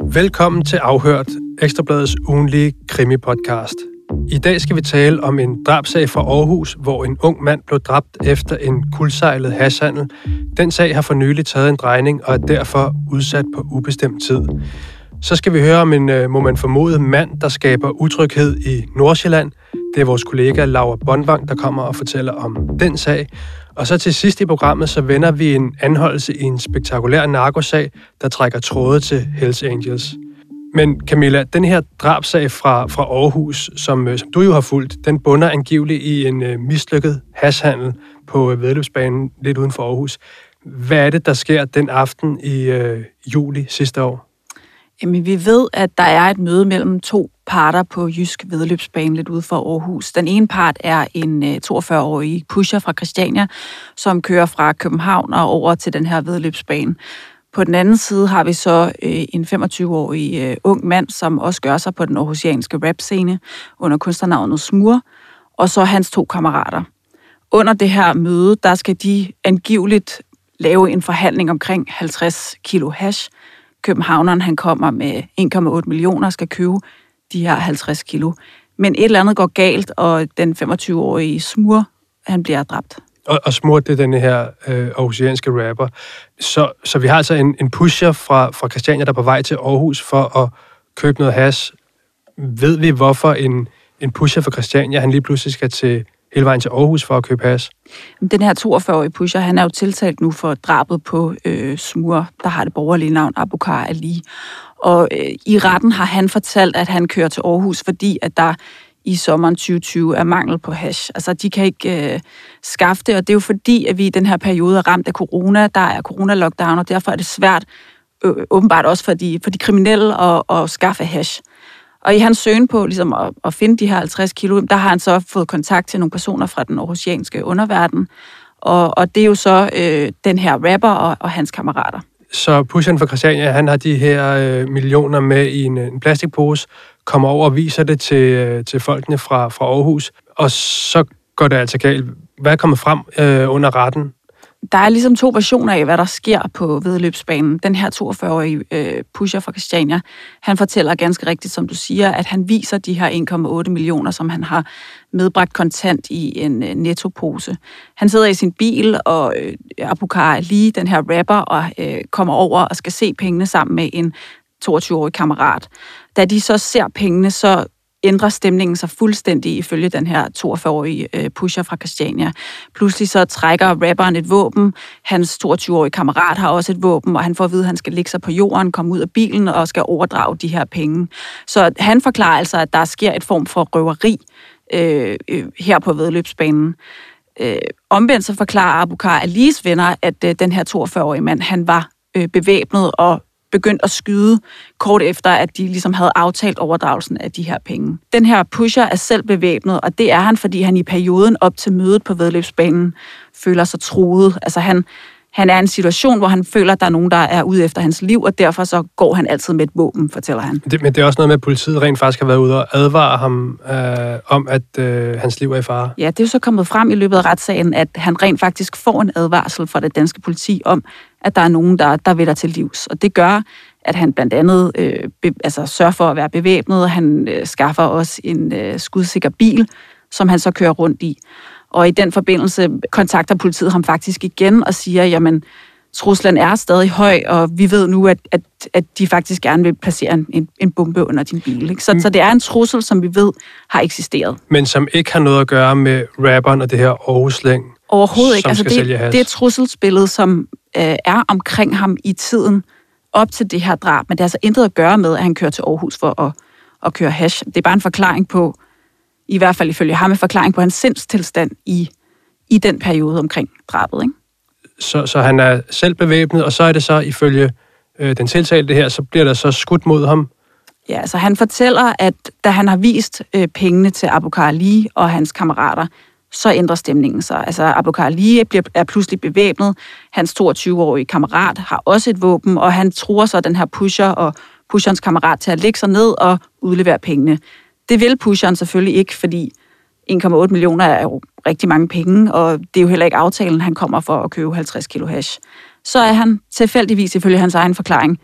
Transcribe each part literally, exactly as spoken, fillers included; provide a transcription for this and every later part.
Velkommen til Afhørt, Ekstrabladets ugenlige krimi-podcast. I dag skal vi tale om en drabsag fra Aarhus, hvor en ung mand blev dræbt efter en kuldsejlet hashhandel. Den sag har for nylig taget en drejning og er derfor udsat på ubestemt tid. Så skal vi høre om en, må man formode, mand, der skaber utryghed i Nordsjælland. Det er vores kollega Laura Bondvang, der kommer og fortæller om den sag. Og så til sidst i programmet, så vender vi en anholdelse i en spektakulær narkosag, der trækker tråde til Hells Angels. Men Camilla, den her drabsag fra, fra Aarhus, som, som du jo har fulgt, den bunder angiveligt i en uh, mislykket hashhandel på uh, væddeløbsbanen lidt uden for Aarhus. Hvad er det, der sker den aften i uh, juli sidste år? Jamen, vi ved, at der er et møde mellem to parter på Jysk Væddeløbsbane lidt ude for Aarhus. Den ene part er en toogfyrre-årig pusher fra Christiania, som kører fra København og over til den her væddeløbsbane. På den anden side har vi så øh, en femogtyve-årig øh, ung mand, som også gør sig på den aarhusianske rapscene under kunstnernavnet Smur, og så hans to kammerater. Under det her møde, der skal de angiveligt lave en forhandling omkring halvtreds kilo hash. Københavneren, han kommer med en komma otte millioner og skal købe de her halvtreds kilo. Men et eller andet går galt, og den femogtyve-årige Smur, han bliver dræbt. Og, og Smur, det er denne her øh, aarhusianske rapper. Så, så vi har altså en, en pusher fra, fra Christiania, der er på vej til Aarhus for at købe noget hash. Ved vi, hvorfor en, en pusher fra Christiania, han lige pludselig skal til hele vejen til Aarhus for at købe hash? Den her toogfyrre-årige pusher, han er jo tiltalt nu for drabet på øh, Smur, der har det borgerlige navn Abukar Ali. Og øh, i retten har han fortalt, at han kører til Aarhus, fordi at der i sommeren tyve tyve er mangel på hash. Altså, de kan ikke øh, skaffe det, og det er jo fordi, at vi i den her periode er ramt af corona. Der er corona-lockdown, og derfor er det svært, øh, åbenbart også for de, for de kriminelle, at, at skaffe hash. Og i hans søgen på ligesom, at, at finde de her halvtreds kilo, der har han så fået kontakt til nogle personer fra den aarhusianske underverden. Og, og det er jo så øh, den her rapper og, og hans kammerater. Så pusheren fra Christiania, han har de her øh, millioner med i en, en plastikpose, kommer over og viser det til, øh, til folkene fra, fra Aarhus, og så går det altså galt. Hvad er kommet frem øh, under retten? Der er ligesom to versioner af, hvad der sker på væddeløbsbanen. Den her toogfyrre-årige øh, pusher fra Christiania, han fortæller ganske rigtigt, som du siger, at han viser de her en komma otte millioner, som han har medbragt kontant i en øh, nettopose. Han sidder i sin bil, og øh, Abukar Ali, den her rapper, og øh, kommer over og skal se pengene sammen med en toogtyve-årig kammerat. Da de så ser pengene, så ændrer stemningen sig fuldstændig ifølge den her toogfyrre-årige øh, pusher fra Christiania. Pludselig så trækker rapperen et våben. Hans toogtyve-årige kammerat har også et våben, og han får at vide, at han skal ligge sig på jorden, komme ud af bilen og skal overdrage de her penge. Så han forklarer altså, at der sker et form for røveri øh, øh, her på væddeløbsbanen. Øh, omvendt så forklarer Abukar Alis venner, at øh, den her toogfyrre-årige mand, han var øh, bevæbnet og begyndt at skyde kort efter, at de ligesom havde aftalt overdragelsen af de her penge. Den her pusher er selv bevæbnet, og det er han, fordi han i perioden op til mødet på væddeløbsbanen føler sig truet. Altså han, han er i en situation, hvor han føler, at der er nogen, der er ude efter hans liv, og derfor så går han altid med et våben, fortæller han. Det, men det er også noget med, at politiet rent faktisk har været ude og advare ham øh, om, at øh, hans liv er i fare. Ja, det er jo så kommet frem i løbet af retssagen, at han rent faktisk får en advarsel fra det danske politi om, at der er nogen, der, der vil der til livs. Og det gør, at han blandt andet øh, be, altså, sørger for at være bevæbnet. Han øh, skaffer også en øh, skudsikker bil, som han så kører rundt i. Og i den forbindelse kontakter politiet ham faktisk igen og siger, jamen, truslen er stadig høj, og vi ved nu, at, at, at de faktisk gerne vil placere en, en bombe under din bil. Ikke? Så, mm. så det er en trussel, som vi ved har eksisteret. Men som ikke har noget at gøre med rapperen og det her Aarhus-slæng? Overhovedet ikke. Altså, det, det er et trusselsbillede, som øh, er omkring ham i tiden op til det her drab, men det har altså intet at gøre med, at han kører til Aarhus for at, at køre hash. Det er bare en forklaring på, i hvert fald ifølge ham, en forklaring på hans sindstilstand i, i den periode omkring drabet, ikke? Så, så han er selv bevæbnet, og så er det så ifølge øh, den tiltalte her, så bliver der så skudt mod ham? Ja, så han fortæller, at da han har vist øh, pengene til Abukar Ali og hans kammerater, så ændrer stemningen sig. Altså, Abukar Ali bliver, er pludselig bevæbnet. Hans toogtyve-årige kammerat har også et våben, og han truer så den her pusher og pusherens kammerat til at lægge sig ned og udlevere pengene. Det vil pusheren selvfølgelig ikke, fordi en komma otte millioner er jo rigtig mange penge, og det er jo heller ikke aftalen, han kommer for at købe halvtreds kilo hash. Så er han tilfældigvis, ifølge hans egen forklaring,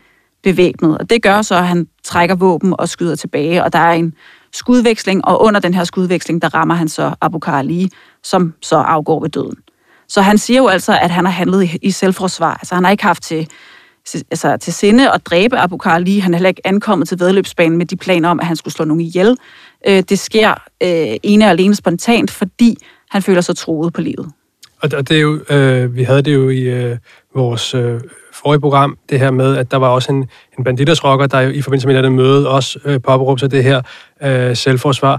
bevæbnet. Og det gør så, at han trækker våben og skyder tilbage, og der er en skudveksling, og under den her skudveksling, der rammer han så Abukar Ali, som så afgår ved døden. Så han siger jo altså, at han har handlet i, i selvforsvar. Altså han har ikke haft til, altså, til sinde at dræbe Abukar Ali. Han er heller ikke ankommet til væddeløbsbanen med de planer om, at han skulle slå nogen ihjel. Øh, det sker øh, ene og alene spontant, fordi han føler sig truet på livet. Og det er jo, øh, vi havde det jo i øh, vores øh, forrige program, det her med, at der var også en, en banditersrocker, der jo i forbindelse med det møde også øh, påberåbte sig det her øh, selvforsvar.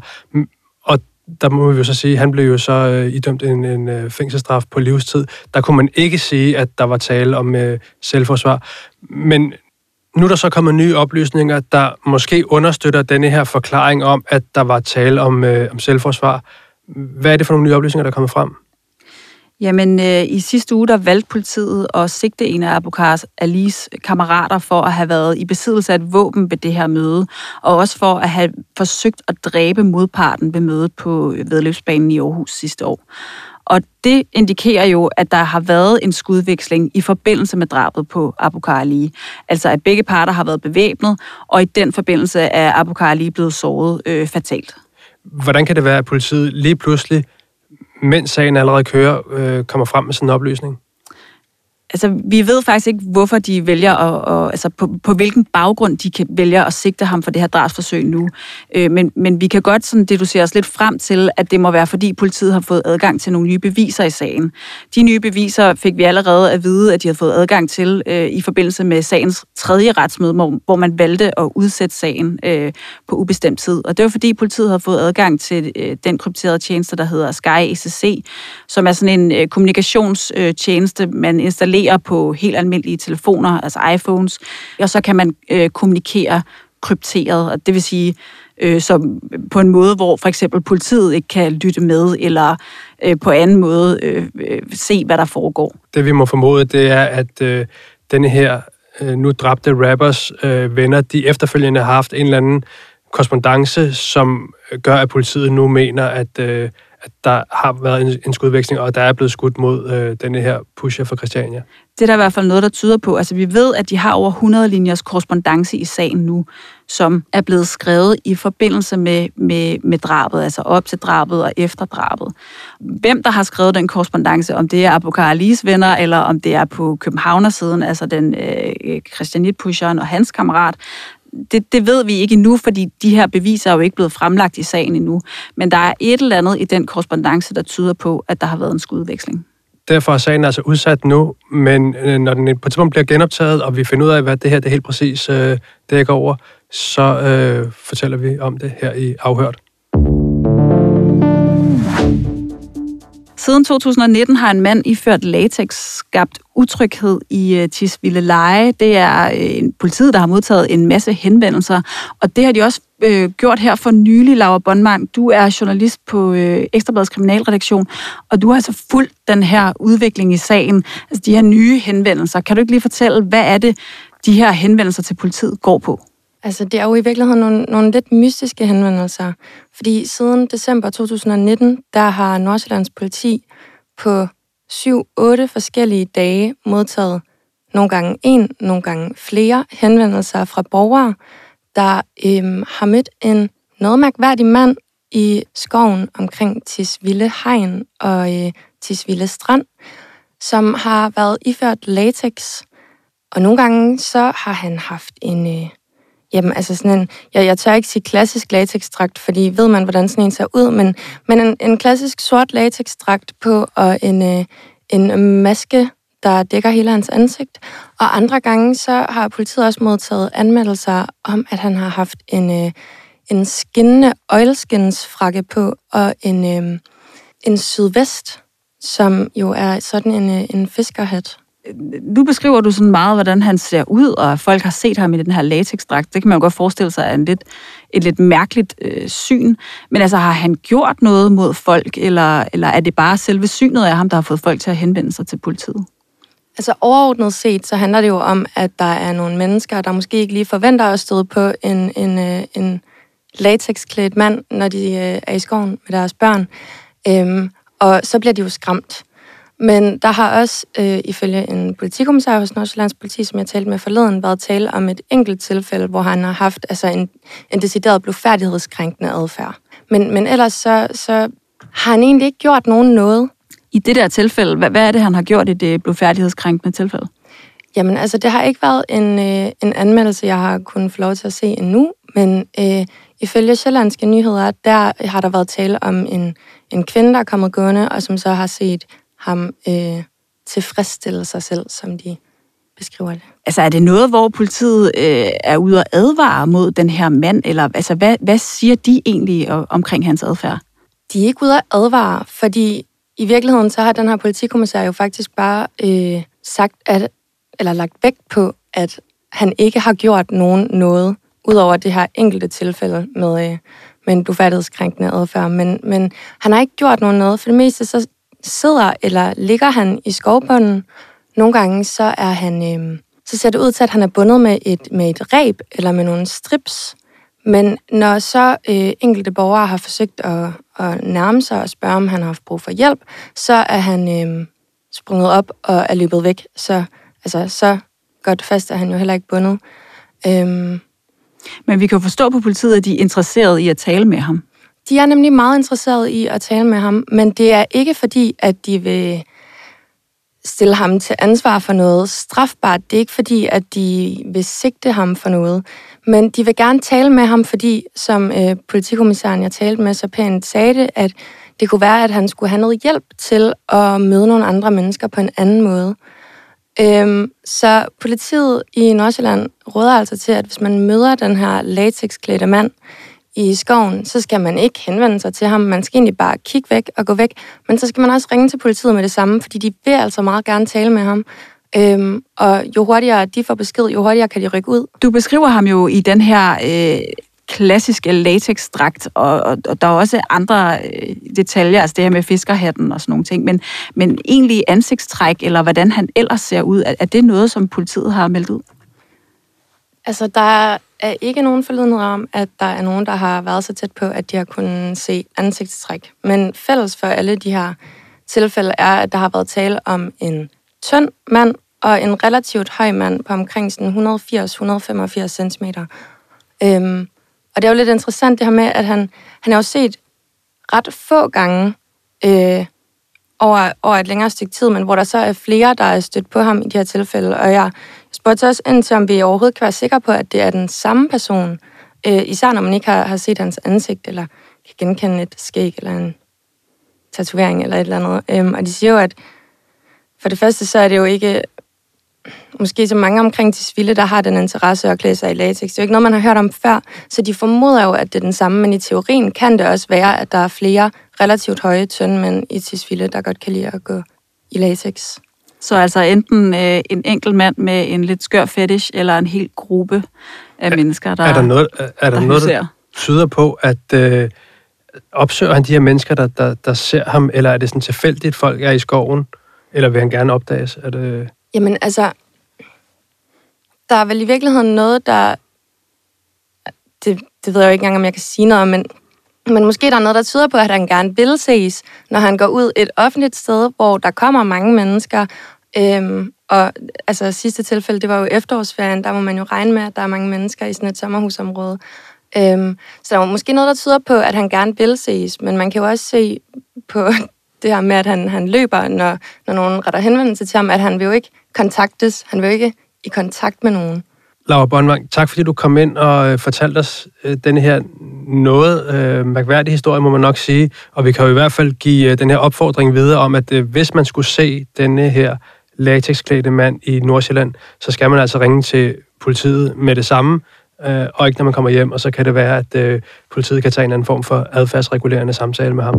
Og der må vi jo så sige, at han blev jo så øh, idømt en, en øh, fængselsstraf på livstid. Der kunne man ikke sige, at der var tale om øh, selvforsvar. Men nu er der så kommet nye oplysninger, der måske understøtter denne her forklaring om, at der var tale om, øh, om selvforsvar. Hvad er det for nogle nye oplysninger, der er kommet frem? Jamen, øh, i sidste uge, der valgte politiet at sigte en af Abukar Alis kammerater for at have været i besiddelse af et våben ved det her møde, og også for at have forsøgt at dræbe modparten ved mødet på væddeløbsbanen i Aarhus sidste år. Og det indikerer jo, at der har været en skudveksling i forbindelse med drabet på Abukar Ali. Altså, at begge parter har været bevæbnet, og i den forbindelse er Abukar Ali blevet såret øh, fatalt. Hvordan kan det være, at politiet lige pludselig, mens sagen allerede kører, øh, kommer frem med sådan en oplysning? Altså, vi ved faktisk ikke, hvorfor de vælger at, og, altså på, på hvilken baggrund de kan vælge at sigte ham for det her drabsforsøg nu. Øh, men, men vi kan godt sådan deducere os lidt frem til, at det må være, fordi politiet har fået adgang til nogle nye beviser i sagen. De nye beviser fik vi allerede at vide, at de havde fået adgang til øh, i forbindelse med sagens tredje retsmøde, hvor, hvor man valgte at udsætte sagen øh, på ubestemt tid. Og det var, fordi politiet havde fået adgang til øh, den krypterede tjeneste, der hedder Sky E C C, som er sådan en øh, kommunikationstjeneste, øh, man installerer på helt almindelige telefoner, altså iPhones, og så kan man øh, kommunikere krypteret, og det vil sige øh, som på en måde, hvor for eksempel politiet ikke kan lytte med, eller øh, på anden måde øh, øh, se, hvad der foregår. Det vi må formode, det er, at øh, denne her øh, nu dræbte rappers øh, venner, de efterfølgende har haft en eller anden korrespondance, som gør, at politiet nu mener, at øh, at der har været en, en skudveksling, og der er blevet skudt mod øh, denne her pusher for Christiania. Det er der i hvert fald noget, der tyder på. Altså, vi ved, at de har over hundrede linjers korrespondance i sagen nu, som er blevet skrevet i forbindelse med, med, med drabet, altså op til drabet og efter drabet. Hvem, der har skrevet den korrespondance, om det er Abukar Alis venner, eller om det er på Københavnersiden, altså den øh, Christianit-pusheren og hans kammerat, Det, det ved vi ikke endnu, fordi de her beviser er jo ikke blevet fremlagt i sagen endnu. Men der er et eller andet i den korrespondance, der tyder på, at der har været en skudveksling. Derfor er sagen altså udsat nu, men når den på et tidspunkt bliver genoptaget, og vi finder ud af, hvad det her det helt præcis øh, dækker over, så øh, fortæller vi om det her i Afhørt. Siden to tusind nitten har en mand iført latex skabt utryghed i uh, Tisvildeleje. Det er uh, politiet, der har modtaget en masse henvendelser, og det har de også uh, gjort her for nylig, Laura Bondmann. Du er journalist på uh, Ekstra Bladets kriminalredaktion, og du har altså fulgt den her udvikling i sagen, altså de her nye henvendelser. Kan du ikke lige fortælle, hvad er det, de her henvendelser til politiet går på? Altså, det er jo i virkeligheden nogle, nogle lidt mystiske henvendelser, fordi siden december to tusind nitten, der har Nordsjællands politi på syv otte forskellige dage modtaget nogle gange en, nogle gange flere henvendelser fra borgere, der øhm, har mødt en noget mærkværdig mand i skoven omkring Tisvilde Hegn og øh, Tisvilde Strand, som har været iført latex, og nogle gange så har han haft en... Øh, Jamen, altså sådan en, jeg, jeg tør ikke sige klassisk latexdragt, fordi ved man, hvordan sådan en ser ud, men, men en, en klassisk sort latexdragt på, og en, øh, en maske, der dækker hele hans ansigt. Og andre gange, så har politiet også modtaget anmeldelser om, at han har haft en, øh, en skinnende oilskinsfrakke på, og en, øh, en sydvest, som jo er sådan en, øh, en fiskerhat. Nu beskriver du sådan meget, hvordan han ser ud, og folk har set ham i den her latexdragt. Det kan man jo godt forestille sig er en lidt, et lidt mærkeligt øh, syn. Men altså, har han gjort noget mod folk, eller, eller er det bare selve synet af ham, der har fået folk til at henvende sig til politiet? Altså overordnet set, så handler det jo om, at der er nogle mennesker, der måske ikke lige forventer at støde på en, en, en latexklædt mand, når de er i skoven med deres børn. Øhm, og så bliver de jo skræmt. Men der har også, øh, ifølge en politikommissær hos Nordsjællands Politi, som jeg talte med forleden, været tale om et enkelt tilfælde, hvor han har haft altså en, en decideret blufærdighedskrænkende adfærd. Men, men ellers så, så har han egentlig ikke gjort nogen noget. I det der tilfælde, hvad, hvad er det, han har gjort i det blufærdighedskrænkende tilfælde? Jamen altså, det har ikke været en, øh, en anmeldelse, jeg har kunnet få lov til at se endnu, men øh, ifølge Sjællandske Nyheder, der har der været tale om en, en kvinde, der er kommet gående, og som så har set ham øh, tilfredsstille sig selv, som de beskriver det. Altså er det noget, hvor politiet øh, er ude og advare mod den her mand, eller altså, hvad, hvad siger de egentlig omkring hans adfærd? De er ikke ude at advare, fordi i virkeligheden så har den her politikommissær jo faktisk bare øh, sagt, at, eller lagt vægt på, at han ikke har gjort nogen noget, udover det her enkelte tilfælde med, øh, med en blufærdighedskrænkende adfærd. Men, men han har ikke gjort nogen noget. For det meste så sidder eller ligger han i skovbunden. Nogle gange så er han, øh, så ser det ud til, at han er bundet med et, med et reb eller med nogle strips. Men når så øh, enkelte borgere har forsøgt at, at nærme sig og spørge, om han har haft brug for hjælp, så er han øh, sprunget op og er løbet væk. Så, altså, så godt fast er han jo heller ikke bundet. Øhm. Men vi kan jo forstå på politiet, at de er interesserede i at tale med ham. De er nemlig meget interesserede i at tale med ham, men det er ikke fordi, at de vil stille ham til ansvar for noget strafbart. Det er ikke fordi, at de vil sigte ham for noget, men de vil gerne tale med ham, fordi, som øh, politikommissæren, jeg talte med, så pænt sagde det, at det kunne være, at han skulle have noget hjælp til at møde nogle andre mennesker på en anden måde. Øhm, så politiet i Nordsjælland råder altså til, at hvis man møder den her latexklædte mand i skoven, så skal man ikke henvende sig til ham. Man skal egentlig bare kigge væk og gå væk. Men så skal man også ringe til politiet med det samme, fordi de vil altså meget gerne tale med ham. Øhm, og jo hurtigere de får besked, jo hurtigere kan de rykke ud. Du beskriver ham jo i den her øh, klassiske latexdragt, og, og, og der er også andre øh, detaljer, altså det her med fiskerhatten og sådan nogle ting, men, men egentlig ansigtstræk, eller hvordan han ellers ser ud, er, er det noget, som politiet har meldt ud? Altså, der er ikke nogen forlydenhed om, at der er nogen, der har været så tæt på, at de har kunnet se ansigtstræk. Men fælles for alle de her tilfælde er, at der har været tale om en tynd mand og en relativt høj mand på omkring sådan et hundrede og firs til et hundrede og femogfirs centimeter. Øhm, og det er jo lidt interessant det her med, at han, han er jo set ret få gange øh, over, over et længere stykke tid, men hvor der så er flere, der er stødt på ham i de her tilfælde. Og jeg spurgte også ind til, om vi overhovedet kan være sikre på, at det er den samme person, øh, især når man ikke har, har set hans ansigt, eller kan genkende et skæg, eller en tatovering, eller et eller andet. Øhm, og de siger jo, at for det første, så er det jo ikke måske så mange omkring Tisvilde, der har den interesse at klæde sig i latex. Det er jo ikke noget, man har hørt om før, så de formoder jo, at det er den samme, men i teorien kan det også være, at der er flere relativt høje tynde mænd i Tisvilde, der godt kan lide at gå i latex. Så altså enten øh, en enkelt mand med en lidt skør fetish, eller en hel gruppe af er, mennesker, der Er der noget, er, er der, der, noget, der tyder på, at øh, opsøger han de her mennesker, der, der, der ser ham, eller er det sådan tilfældigt, folk er i skoven, eller vil han gerne opdages? Er det... Jamen altså, der er vel i virkeligheden noget, der... Det, det ved jeg jo ikke engang, om jeg kan sige noget om, men, men måske der er noget, der tyder på, at han gerne vil ses, når han går ud et offentligt sted, hvor der kommer mange mennesker. Øhm, og altså sidste tilfælde, det var jo efterårsferien, der må man jo regne med, at der er mange mennesker i sådan et sommerhusområde. Øhm, så der er måske noget, der tyder på, at han gerne vil ses, men man kan jo også se på det her med, at han, han løber, når, når nogen retter henvendelse til ham, at han vil jo ikke kontaktes, han vil jo ikke i kontakt med nogen. Laura Bonvang, tak fordi du kom ind og øh, fortalte os øh, denne her noget øh, mærkværdige historie, må man nok sige. Og vi kan jo i hvert fald give øh, den her opfordring videre om, at øh, hvis man skulle se denne her latexklædte mand i Nordsjælland, så skal man altså ringe til politiet med det samme, øh, og ikke når man kommer hjem, og så kan det være, at øh, politiet kan tage en anden form for adfærdsregulerende samtale med ham.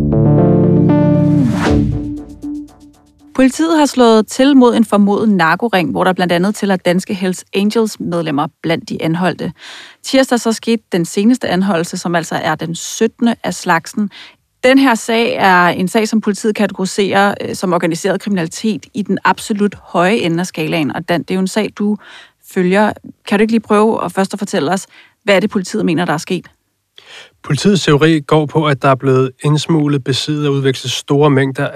Politiet har slået til mod en formodet narkoring, hvor der blandt andet tæller danske Hells Angels medlemmer blandt de anholdte. Tirsdag så skete den seneste anholdelse, som altså er den syttende af slagsen. Den her sag er en sag, som politiet kategoriserer som organiseret kriminalitet i den absolut høje ende af skalaen. Og Dan, det er jo en sag, du følger. Kan du ikke lige prøve at først at fortælle os, hvad er det, politiet mener, der er sket? Politiets teori går på, at der er blevet indsmuglet, besiddet og udvekslet store mængder af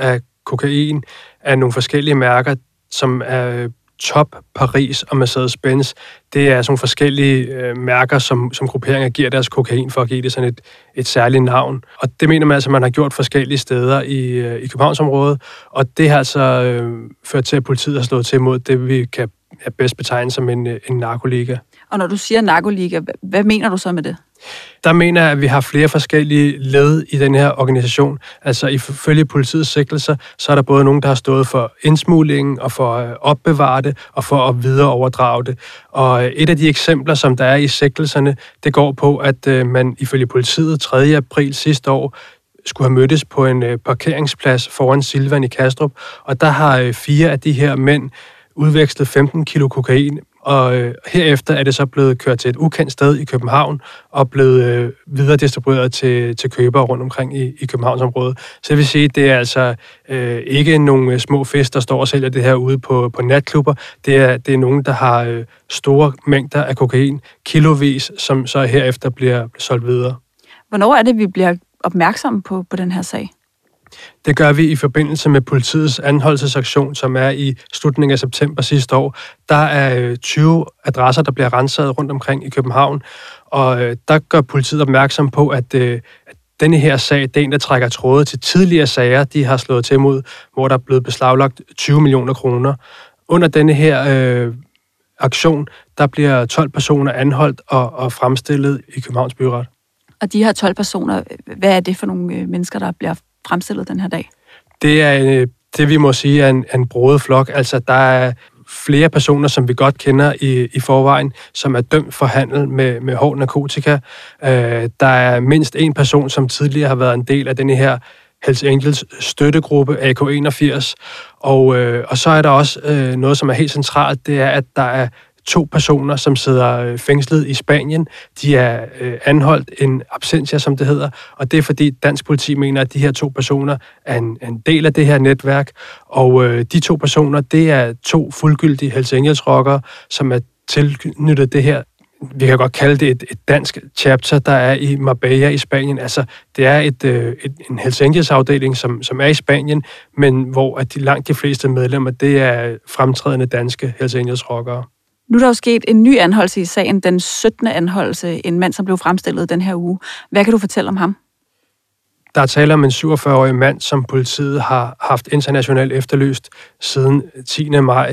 kokain af nogle forskellige mærker, som er Top, Paris og Mercedes-Benz. Det er sådan forskellige øh, mærker, som, som grupperinger giver deres kokain for at give det sådan et, et særligt navn. Og det mener man altså, man har gjort forskellige steder i, øh, i Københavnsområdet, og det har altså øh, ført til, at politiet har slået til mod det, vi kan ja, bedst betegne som en, en narkoliga. Og når du siger narkoliga, hvad mener du så med det? Der mener jeg, at vi har flere forskellige led i den her organisation. Altså ifølge politiets sigtelser, så er der både nogen, der har stået for indsmuglingen og for at opbevare det og for at videreoverdrage det. Og et af de eksempler, som der er i sigtelserne, det går på, at man ifølge politiet tredje april sidste år skulle have mødtes på en parkeringsplads foran Silvan i Kastrup. Og der har fire af de her mænd udvekslet femten kilo kokain, og øh, herefter er det så blevet kørt til et ukendt sted i København og blevet øh, videre distribueret til, til købere rundt omkring i, i Københavnsområdet. Så det vil sige, at det er altså øh, ikke nogle små fisk, der står og sælger det her ude på, på natklubber. Det er, det er nogen, der har øh, store mængder af kokain, kilovis, som så herefter bliver solgt videre. Hvornår er det, vi bliver opmærksomme på, på den her sag? Det gør vi i forbindelse med politiets anholdelsesaktion, som er i slutningen af september sidste år. Der er tyve adresser, der bliver renset rundt omkring i København, og der gør politiet opmærksom på, at, at denne her sag, det er en, der trækker tråde til tidligere sager, de har slået til mod, hvor der er blevet beslaglagt tyve millioner kroner. Under denne her øh, aktion, der bliver tolv personer anholdt og, og fremstillet i Københavns Byret. Og de her tolv personer, hvad er det for nogle mennesker, der bliver fremstillet den her dag? Det er det, vi må sige, er en, en broget flok. Altså, der er flere personer, som vi godt kender i, i forvejen, som er dømt for handel med, med hård narkotika. Øh, der er mindst en person, som tidligere har været en del af denne her Hells Angels støttegruppe A K enogfirs. Og, øh, og så er der også øh, noget, som er helt centralt, det er, at der er to personer, som sidder fængslet i Spanien. De er øh, anholdt en absentia, som det hedder, og det er fordi dansk politi mener, at de her to personer er en, en del af det her netværk, og øh, de to personer, det er to fuldgyldige Hells Angels-rockere, som er tilknyttet det her, vi kan godt kalde det et, et dansk chapter, der er i Marbella i Spanien. Altså, det er et, øh, et, en Hells Angels-afdeling, som, som er i Spanien, men hvor at de langt de fleste medlemmer, det er fremtrædende danske Hells Angels-rockere. Nu er der jo sket en ny anholdelse i sagen, den syttende anholdelse, en mand, som blev fremstillet den her uge. Hvad kan du fortælle om ham? Der er tale om en syvogfyrre-årig mand, som politiet har haft internationalt efterlyst siden tiende maj.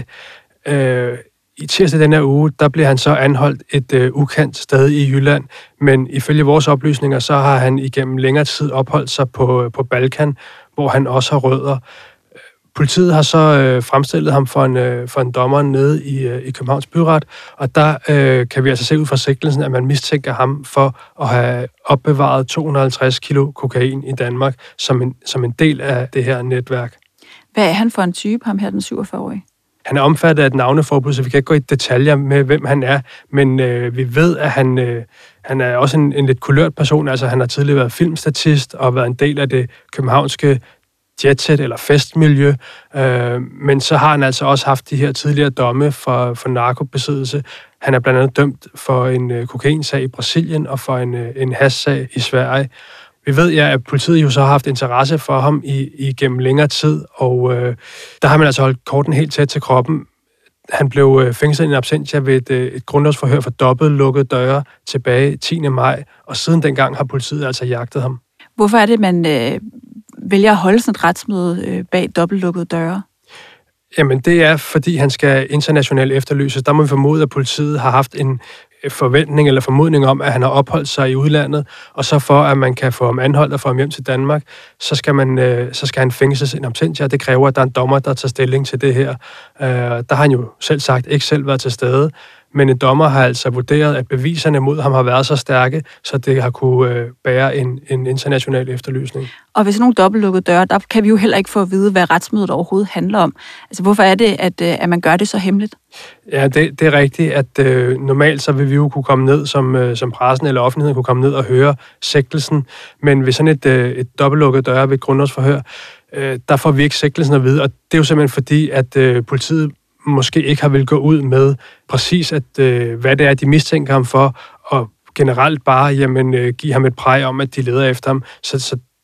Øh, I tirsdag den her uge, der blev han så anholdt et øh, ukendt sted i Jylland, men ifølge vores oplysninger, så har han igennem længere tid opholdt sig på, på Balkan, hvor han også har rødder. Politiet har så øh, fremstillet ham for en, øh, for en dommer nede i, øh, i Københavns Byret, og der øh, kan vi altså se ud fra sigtelsen, at man mistænker ham for at have opbevaret to hundrede og halvtreds kilo kokain i Danmark som en, som en del af det her netværk. Hvad er han for en type, ham her, den syvogfyrre-årige? Han er omfattet af et navneforbud, så vi kan ikke gå i detaljer med, hvem han er, men øh, vi ved, at han, øh, han er også en, en lidt kulørt person. Altså, han har tidligere været filmstatist og været en del af det københavnske jetset eller festmiljø, øh, men så har han altså også haft de her tidligere domme for, for narkobesiddelse. Han er blandt andet dømt for en øh, kokainsag i Brasilien og for en, øh, en hashsag i Sverige. Vi ved ja, at politiet jo så har haft interesse for ham i, i gennem længere tid, og øh, der har man altså holdt korten helt tæt til kroppen. Han blev øh, fængslet i en absentia ved et, øh, et grundlovsforhør for dobbelt lukkede døre tilbage tiende maj, og siden dengang har politiet altså jagtet ham. Hvorfor er det, man øh, vælger at holde sådan et retsmøde øh, bag dobbeltlukkede døre? Jamen, det er, fordi han skal internationalt efterlyses. Der må vi formode, at politiet har haft en forventning eller formodning om, at han har opholdt sig i udlandet, og så for, at man kan få ham anholdt og få ham hjem til Danmark, så skal, man, øh, så skal han fængsles in absentia. Det kræver, at der er en dommer, der tager stilling til det her. Øh, der har han jo selv sagt ikke selv været til stede, men en dommer har altså vurderet, at beviserne mod ham har været så stærke, så det har kunne øh, bære en, en international efterlysning. Og ved sådan nogle dobbeltlukkede døre, der kan vi jo heller ikke få at vide, hvad retsmødet overhovedet handler om. Altså, hvorfor er det, at, at man gør det så hemmeligt? Ja, det, det er rigtigt, at øh, normalt så vil vi jo kunne komme ned, som, øh, som pressen eller offentligheden kunne komme ned og høre sigtelsen, men ved sådan et, øh, et dobbeltlukket døre ved et grundlovsforhør, øh, der får vi ikke sigtelsen at vide, og det er jo simpelthen fordi, at øh, politiet måske ikke har vil gå ud med præcis, at, øh, hvad det er, de mistænker ham for, og generelt bare jamen, øh, give ham et præg om, at de leder efter ham. Så, så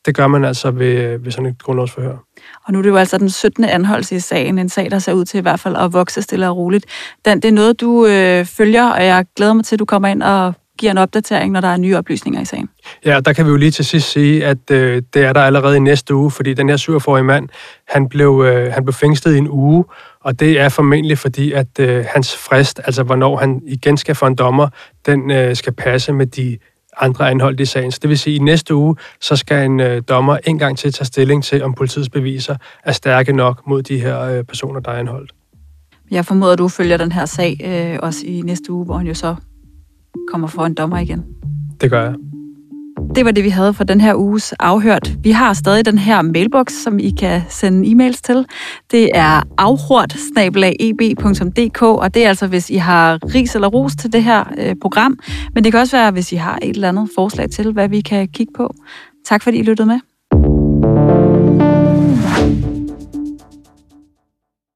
Det gør man altså ved, ved sådan et grundlovsforhør. Og nu er det jo altså den syttende anholdelse i sagen, en sag, der ser ud til i hvert fald at vokse stille og roligt. Dan, det er noget, du øh, følger, og jeg glæder mig til, at du kommer ind og giver en opdatering, når der er nye oplysninger i sagen. Ja, der kan vi jo lige til sidst sige, at øh, det er der allerede i næste uge, fordi den her syvogfyrre-årige mand, han blev, øh, han blev fængslet i en uge, og det er formentlig fordi, at øh, hans frist, altså hvornår han igen skal for en dommer, den øh, skal passe med de andre anholdt i sagen. Så det vil sige, at i næste uge, så skal en øh, dommer en gang til tage stilling til, om politiets beviser er stærke nok mod de her øh, personer, der er anholdt. Jeg formoder, at du følger den her sag øh, også i næste uge, hvor han jo så kommer for en dommer igen. Det gør jeg. Det var det, vi havde for den her uges afhørt. Vi har stadig den her mailbox, som I kan sende e-mails til. Det er afhørt snabel-a e b punktum d k, og det er altså, hvis I har ris eller ros til det her øh, program. Men det kan også være, hvis I har et eller andet forslag til, hvad vi kan kigge på. Tak fordi I lyttede med.